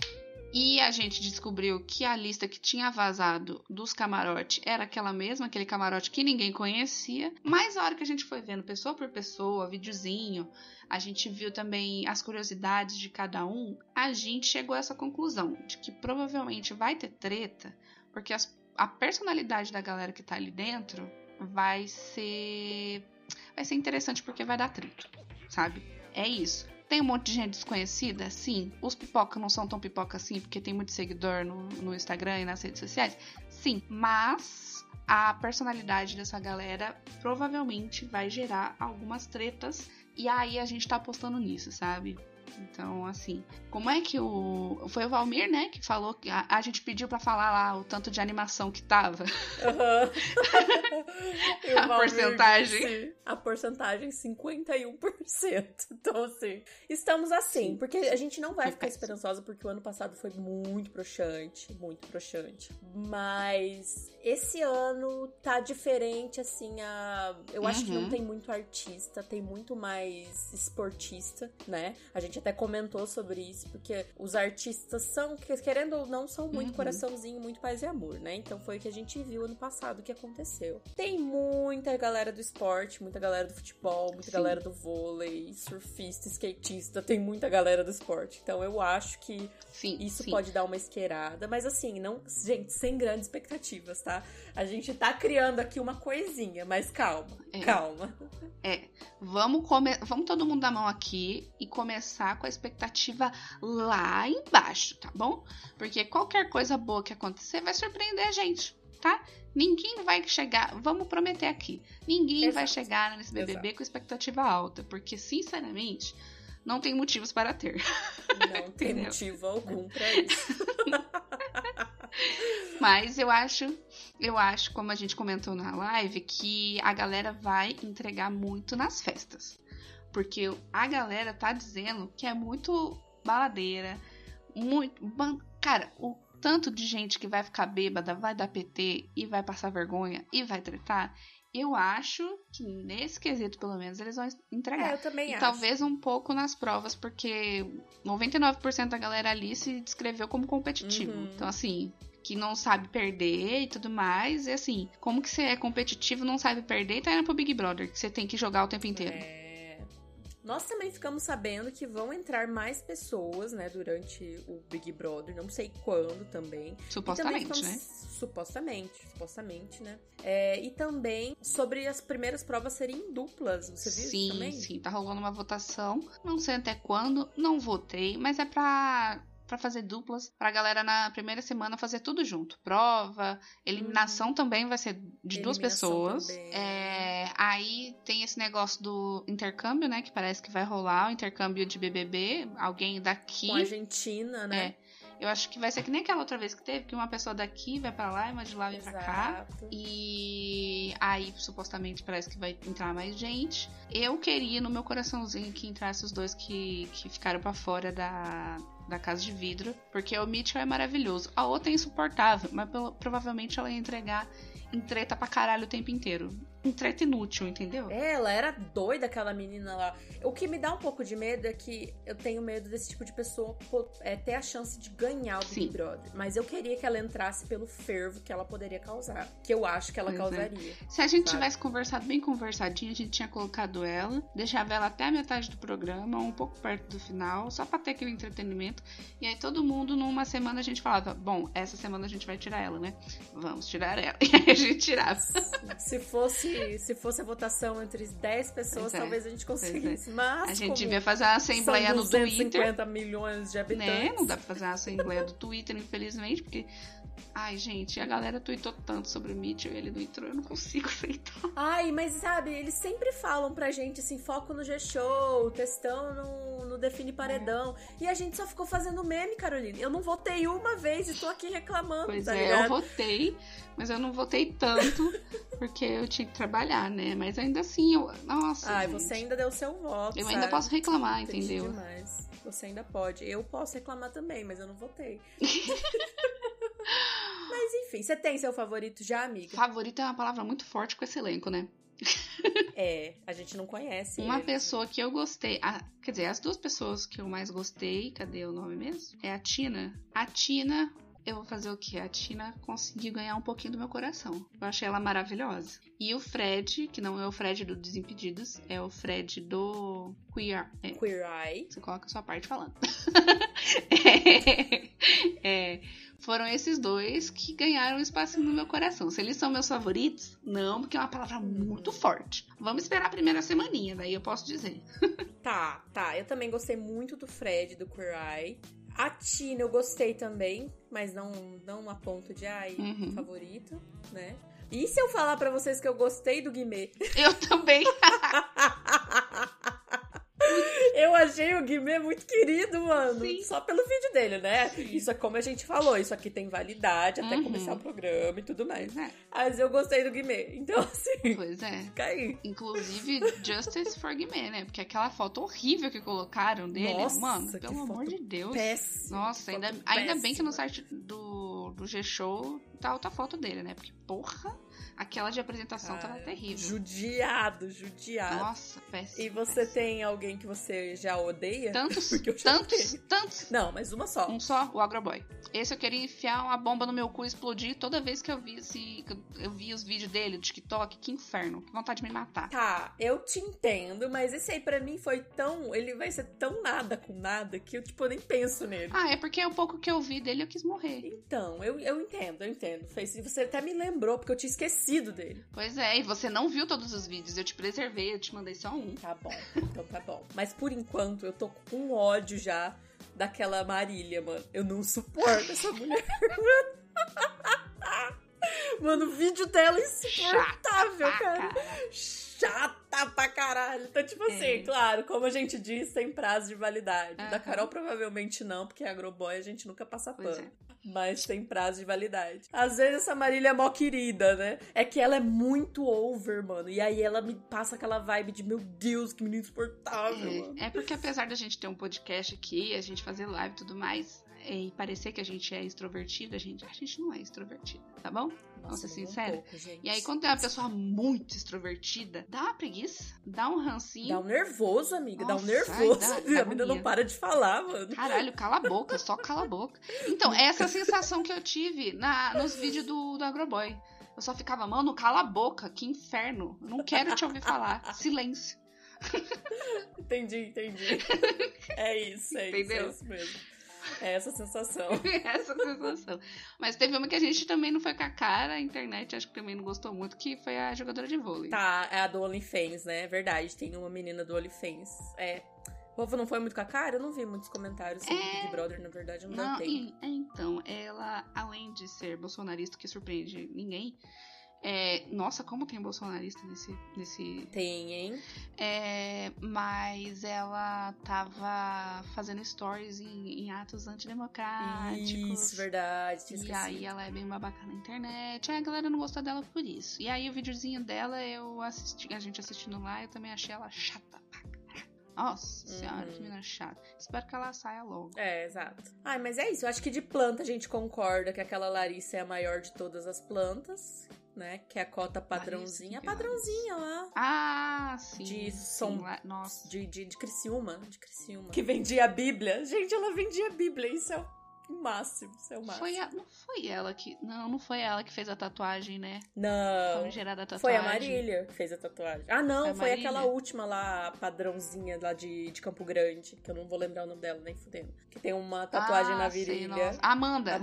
C: E a gente descobriu que a lista que tinha vazado dos camarotes era aquela mesma, aquele camarote que ninguém conhecia. Mas a hora que a gente foi vendo pessoa por pessoa, videozinho, a gente viu também as curiosidades de cada um, a gente chegou a essa conclusão de que provavelmente vai ter treta, porque a personalidade da galera que tá ali dentro vai ser interessante porque vai dar treta, sabe? É isso. Tem um monte de gente desconhecida? Sim. Os pipoca não são tão pipoca assim, porque tem muito seguidor no Instagram e nas redes sociais? Sim. Mas a personalidade dessa galera provavelmente vai gerar algumas tretas. E aí a gente tá apostando nisso, sabe? Então, assim, como é que foi o Valmir, né, que falou que a gente pediu pra falar lá o tanto de animação que tava. A porcentagem.
B: A porcentagem 51%. Então, assim, estamos assim, porque a gente não vai ficar esperançosa, porque o ano passado foi muito broxante, muito broxante. Mas esse ano tá diferente, assim, eu acho que não tem muito artista, tem muito mais esportista, né? A gente até comentou sobre isso, porque os artistas são, querendo ou não, são muito coraçãozinho, muito paz e amor, né? Então foi o que a gente viu ano passado que aconteceu. Tem muita galera do esporte, muita galera do futebol, muita galera do vôlei, surfista, skatista, tem muita galera do esporte. Então eu acho que isso pode dar uma esquerada, mas assim, não, gente, sem grandes expectativas, tá? A gente tá criando aqui uma coisinha, mas calma.
C: Vamos todo mundo dar a mão aqui e começar com a expectativa lá embaixo, tá bom? Porque qualquer coisa boa que acontecer vai surpreender a gente, tá? Ninguém vai chegar, vamos prometer aqui, ninguém vai chegar nesse BBB com expectativa alta, porque, sinceramente, não tem motivos para ter.
B: Não tem motivo algum pra isso.
C: Mas eu acho, como a gente comentou na live, que a galera vai entregar muito nas festas. Porque a galera tá dizendo que é muito baladeira, muito... Cara, o tanto de gente que vai ficar bêbada, vai dar PT e vai passar vergonha e vai tretar, eu acho que nesse quesito, pelo menos, eles vão entregar.
B: Eu também acho.
C: Talvez um pouco nas provas, porque 99% da galera ali se descreveu como competitivo. Então, assim, que não sabe perder e tudo mais. E assim, como que você é competitivo, não sabe perder e tá indo pro Big Brother, que você tem que jogar o tempo inteiro.
B: Nós também ficamos sabendo que vão entrar mais pessoas, né, durante o Big Brother. Não sei quando também.
C: Supostamente,
B: também
C: né?
B: Supostamente, né? E também sobre as primeiras provas serem duplas. Você viu isso também?
C: Sim. Tá rolando uma votação. Não sei até quando. Não votei, mas é pra fazer duplas, pra galera na primeira semana fazer tudo junto. Prova, eliminação também vai ser de duas pessoas. Aí tem esse negócio do intercâmbio, né, que parece que vai rolar, o intercâmbio de BBB, alguém daqui.
B: Com a Argentina, né?
C: Eu acho que vai ser que nem aquela outra vez que teve, que uma pessoa daqui vai pra lá e uma de lá vem pra cá. E aí, supostamente, parece que vai entrar mais gente. Eu queria, no meu coraçãozinho, que entrasse os dois que ficaram pra fora da Casa de Vidro, porque o Mitchell é maravilhoso. A outra é insuportável, mas provavelmente ela ia entregar em treta pra caralho o tempo inteiro. Em treta inútil, entendeu?
B: Ela era doida, aquela menina lá. O que me dá um pouco de medo é que eu tenho medo desse tipo de pessoa ter a chance de ganhar o Big Brother. Mas eu queria que ela entrasse pelo fervo que ela poderia causar. Que eu acho que ela causaria.
C: Se a gente tivesse conversado bem conversadinho, a gente tinha colocado ela, deixava ela até a metade do programa, um pouco perto do final, só pra ter aquele entretenimento. E aí todo mundo, numa semana, a gente falava, bom, essa semana a gente vai tirar ela, né? Vamos tirar ela. E aí a gente tirava.
B: Se fosse a votação entre 10 pessoas, talvez a gente conseguisse. Mas
C: a gente devia fazer uma assembleia no Twitter.
B: 250 milhões de habitantes.
C: Né? Não dá pra fazer uma assembleia do Twitter, infelizmente, porque... Ai, gente, a galera tweetou tanto sobre o Mitchell e ele não entrou, eu não consigo aceitar.
B: Ai, mas sabe, eles sempre falam pra gente, assim, foco no G-Show, textão no Define Paredão. E a gente só ficou fazendo meme, Caroline. Eu não votei uma vez e tô aqui reclamando,
C: pois
B: tá
C: ligado?
B: ligado?
C: Eu votei, mas eu não votei tanto, porque eu tinha que trabalhar, né? Mas ainda assim, nossa,
B: ai,
C: gente,
B: você ainda deu seu voto,
C: eu
B: sabe?
C: ainda posso reclamar,
B: Triste
C: entendeu?
B: Demais. Você ainda pode. Eu posso reclamar também, mas eu não votei. Mas enfim, você tem seu favorito já, amiga?
C: Favorito é uma palavra muito forte com esse elenco, né?
B: A gente não conhece.
C: Uma pessoa que eu gostei, quer dizer, as duas pessoas que eu mais gostei, cadê o nome mesmo? É a Tina. A Tina, eu vou fazer o quê? A Tina conseguiu ganhar um pouquinho do meu coração. Eu achei ela maravilhosa. E o Fred, que não é o Fred do Desimpedidos, é o Fred do Queer Eye. Você coloca a sua parte falando. Foram esses dois que ganharam um espacinho no meu coração. Se eles são meus favoritos, não, porque é uma palavra muito forte. Vamos esperar a primeira semaninha, daí eu posso dizer.
B: Tá. Eu também gostei muito do Fred, do Queer Eye. A Tina eu gostei também, mas não a ponto de, favorito, né? E se eu falar pra vocês que eu gostei do Guimê?
C: Eu também.
B: Eu achei o Guimê muito querido, mano.
C: Sim.
B: Só pelo vídeo dele, né?
C: Sim.
B: Isso é como a gente falou. Isso aqui tem validade até começar o programa e tudo mais. Mas eu gostei do Guimê. Então, assim...
C: Pois é.
B: Fica aí.
C: Inclusive, Justice for Guimê, né? Porque aquela foto horrível que colocaram dele,
B: nossa,
C: mano, pelo amor de Deus.
B: Péssimo.
C: Nossa, ainda bem que no site do do G-Show tá outra foto dele, né? Porque, porra, aquela de apresentação tava terrível.
B: Judiado.
C: Nossa, péssimo.
B: E você tem alguém que você já odeia?
C: Tantos.
B: Não, mas uma só.
C: Um só, o Agroboy. Esse eu queria enfiar uma bomba no meu cu e explodir toda vez que eu vi os vídeos dele do TikTok. Que inferno, que vontade de me matar.
B: Tá, eu te entendo, mas esse aí pra mim foi tão... Ele vai ser tão nada com nada que eu, tipo, nem penso nele.
C: É porque o pouco que eu vi dele eu quis morrer.
B: Então, eu entendo. Você até me lembrou, porque eu tinha esquecido dele.
C: Pois é, e você não viu todos os vídeos. Eu te preservei, eu te mandei só um.
B: Tá bom, então tá bom. Mas por enquanto, eu tô com ódio já daquela Marília, mano. Eu não suporto essa mulher. Mano, o vídeo dela é insuportável, cara. Chata pra caralho. Então, tipo assim, claro, como a gente diz, tem prazo de validade. Da Carol, provavelmente não, porque a Agroboy a gente nunca passa pano. Mas tem prazo de validade. Às vezes essa Marília é mó querida, né? É que ela é muito over, mano. E aí ela me passa aquela vibe de, meu Deus, que menina insuportável, mano.
C: É porque apesar da gente ter um podcast aqui, a gente fazer live e tudo mais, e parecer que a gente é extrovertida, a gente não é extrovertida, tá bom? Vamos ser sincera. E aí, quando tem uma pessoa muito extrovertida, dá uma preguiça, dá um rancinho.
B: Dá um nervoso, amiga. Nossa, dá um nervoso. A menina não para de falar, mano.
C: Caralho, cala a boca, só cala a boca. Então, essa é a sensação que eu tive nos vídeos do Agroboy. Eu só ficava, mano, cala a boca, que inferno. Não quero te ouvir falar. Silêncio.
B: Entendi. É isso,
C: entendeu?
B: É isso mesmo. É essa sensação.
C: Mas teve uma que a gente também não foi com a cara, a internet acho que também não gostou muito, que foi a jogadora de vôlei.
B: Tá, é a do OnlyFans, né? É verdade, tem uma menina do OnlyFans. O povo não foi muito com a cara? Eu não vi muitos comentários sobre Big Brother, na verdade, eu não tenho.
C: Então, ela, além de ser bolsonarista, que surpreende ninguém... nossa, como tem bolsonarista nesse...
B: Tem, hein?
C: Mas ela tava fazendo stories em atos antidemocráticos.
B: Isso, verdade.
C: E aí ela é bem babaca na internet. Aí a galera não gostou dela por isso. E aí o videozinho dela, a gente assistindo lá, eu também achei ela chata pra caralho. Nossa senhora, que menina chata. Espero que ela saia logo.
B: Exato. Mas é isso. Eu acho que de planta a gente concorda que aquela Larissa é a maior de todas as plantas, né? Que é a cota padrãozinha. A padrãozinha lá.
C: Sim.
B: Nossa. De Criciúma. Que vendia a Bíblia. Gente, ela vendia a Bíblia. Isso é o máximo.
C: Não foi ela que fez a tatuagem, né?
B: Não.
C: Tatuagem.
B: Foi a Marília que fez a tatuagem. Não, foi aquela última lá, padrãozinha lá de Campo Grande, que eu não vou lembrar o nome dela, nem fudendo. Que tem uma tatuagem na virilha.
C: Sei, Amanda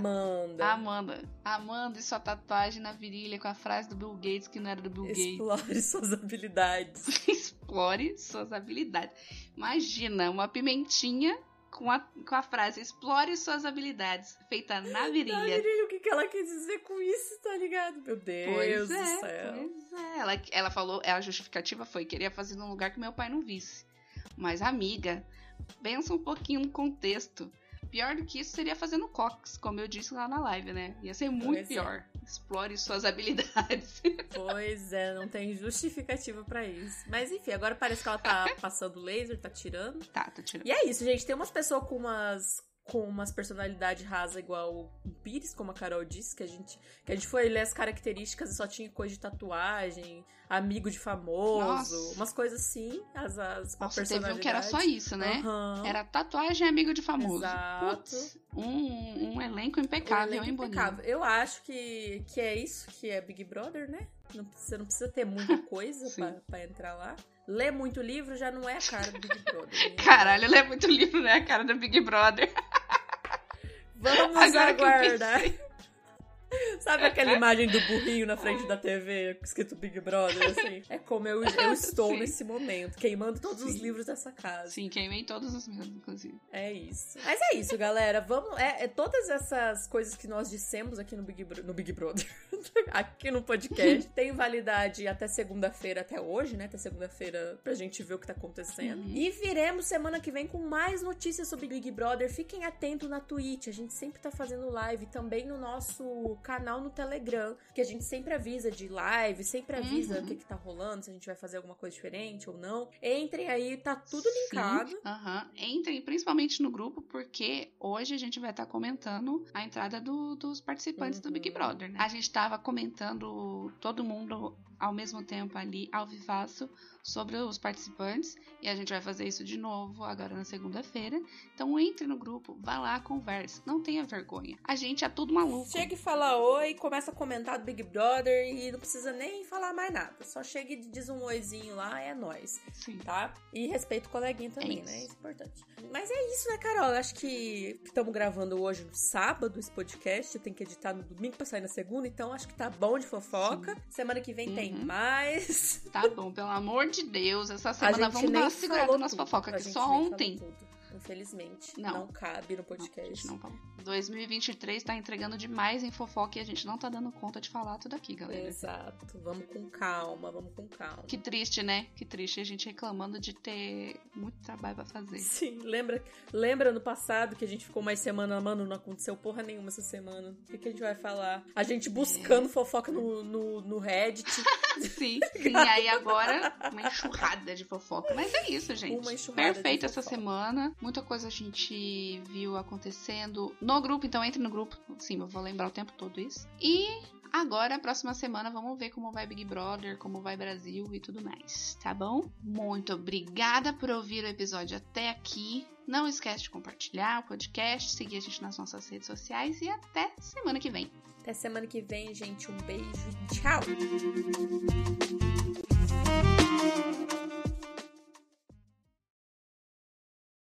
C: e sua tatuagem na virilha com a frase do Bill Gates, que não era do Bill Gates.
B: Explore suas habilidades.
C: Explore suas habilidades. Imagina, uma pimentinha com a frase explore suas habilidades, feita na virilha. Na virilha,
B: o que ela quis dizer com isso, tá ligado? Meu Deus do céu.
C: Pois é. Ela falou, a justificativa foi, queria fazer num lugar que meu pai não visse. Mas, amiga, pensa um pouquinho no contexto. Pior do que isso seria fazer no Cox, como eu disse lá na live, né? Ia ser muito pior. Explore suas habilidades.
B: Pois é, não tem justificativa pra isso. Mas enfim, agora parece que ela tá passando laser, tá tirando.
C: Tá tirando.
B: E é isso, gente. Tem umas pessoas com umas personalidades rasas igual o Pires, como a Carol disse, que a gente foi ler as características e só tinha coisa de tatuagem, amigo de famoso, umas coisas assim,
C: Nossa, teve um que era só isso, né? Era tatuagem e amigo de famoso.
B: Exato.
C: Putz, um elenco impecável, hein, Boninho?
B: Eu acho que é isso que é Big Brother, né? Você não precisa ter muita coisa pra entrar lá. Ler muito livro já não é a cara do Big Brother. Né?
C: Caralho, ler muito livro não é a cara do Big Brother.
B: Vamos aguardar. Sabe aquela imagem do burrinho na frente da TV escrito Big Brother, assim? É como eu estou nesse momento, queimando todos os livros dessa casa.
C: Sim, queimei todos os meus, inclusive.
B: É isso. Mas é isso, galera. Vamos. Todas essas coisas que nós dissemos aqui no Big Brother, aqui no podcast, tem validade até segunda-feira, até hoje, né? Até segunda-feira, pra gente ver o que tá acontecendo. E viremos semana que vem com mais notícias sobre Big Brother. Fiquem atentos na Twitch. A gente sempre tá fazendo live também no nosso canal canal no Telegram, que a gente sempre avisa de live, sempre avisa o que tá rolando, se a gente vai fazer alguma coisa diferente ou não. Entrem aí, tá tudo linkado.
C: Entrem principalmente no grupo, porque hoje a gente vai estar comentando a entrada dos participantes do Big Brother, né? A gente tava comentando todo mundo ao mesmo tempo ali, ao vivaço, sobre os participantes, e a gente vai fazer isso de novo agora na segunda-feira. Então entre no grupo, vá lá, converse, não tenha vergonha. A gente é tudo maluco.
B: Chega e fala oi, começa a comentar do Big Brother e não precisa nem falar mais nada. Só chega e diz um oizinho lá, é nóis.
C: Sim.
B: Tá? E respeita o coleguinha também, né? Isso é importante. Mas é isso, né, Carol? Acho que estamos gravando hoje no sábado esse podcast. Eu tenho que editar no domingo pra sair na segunda, então acho que tá bom de fofoca. Sim. Semana que vem tem mais.
C: Tá bom, pelo amor de Deus. Essa semana vamos dar uma segurada nas fofocas, que só ontem.
B: Infelizmente, não cabe no podcast.
C: Não 2023 tá entregando demais em fofoca e a gente não tá dando conta de falar tudo aqui, galera.
B: Exato. Vamos com calma.
C: Que triste, né? Que triste a gente reclamando de ter muito trabalho pra fazer.
B: Sim, lembra no passado que a gente ficou mais semana, mano, não aconteceu porra nenhuma essa semana. O que a gente vai falar? A gente buscando fofoca no Reddit.
C: Sim. E aí agora, uma enxurrada de fofoca. Mas é isso, gente.
B: Uma enxurrada.
C: Perfeito essa semana. Muita coisa a gente viu acontecendo no grupo, então entre no grupo. Sim, eu vou lembrar o tempo todo isso. E agora, próxima semana, vamos ver como vai Big Brother, como vai Brasil e tudo mais, tá bom? Muito obrigada por ouvir o episódio até aqui. Não esquece de compartilhar o podcast, seguir a gente nas nossas redes sociais e até semana que vem.
B: Até semana que vem, gente. Um beijo e tchau!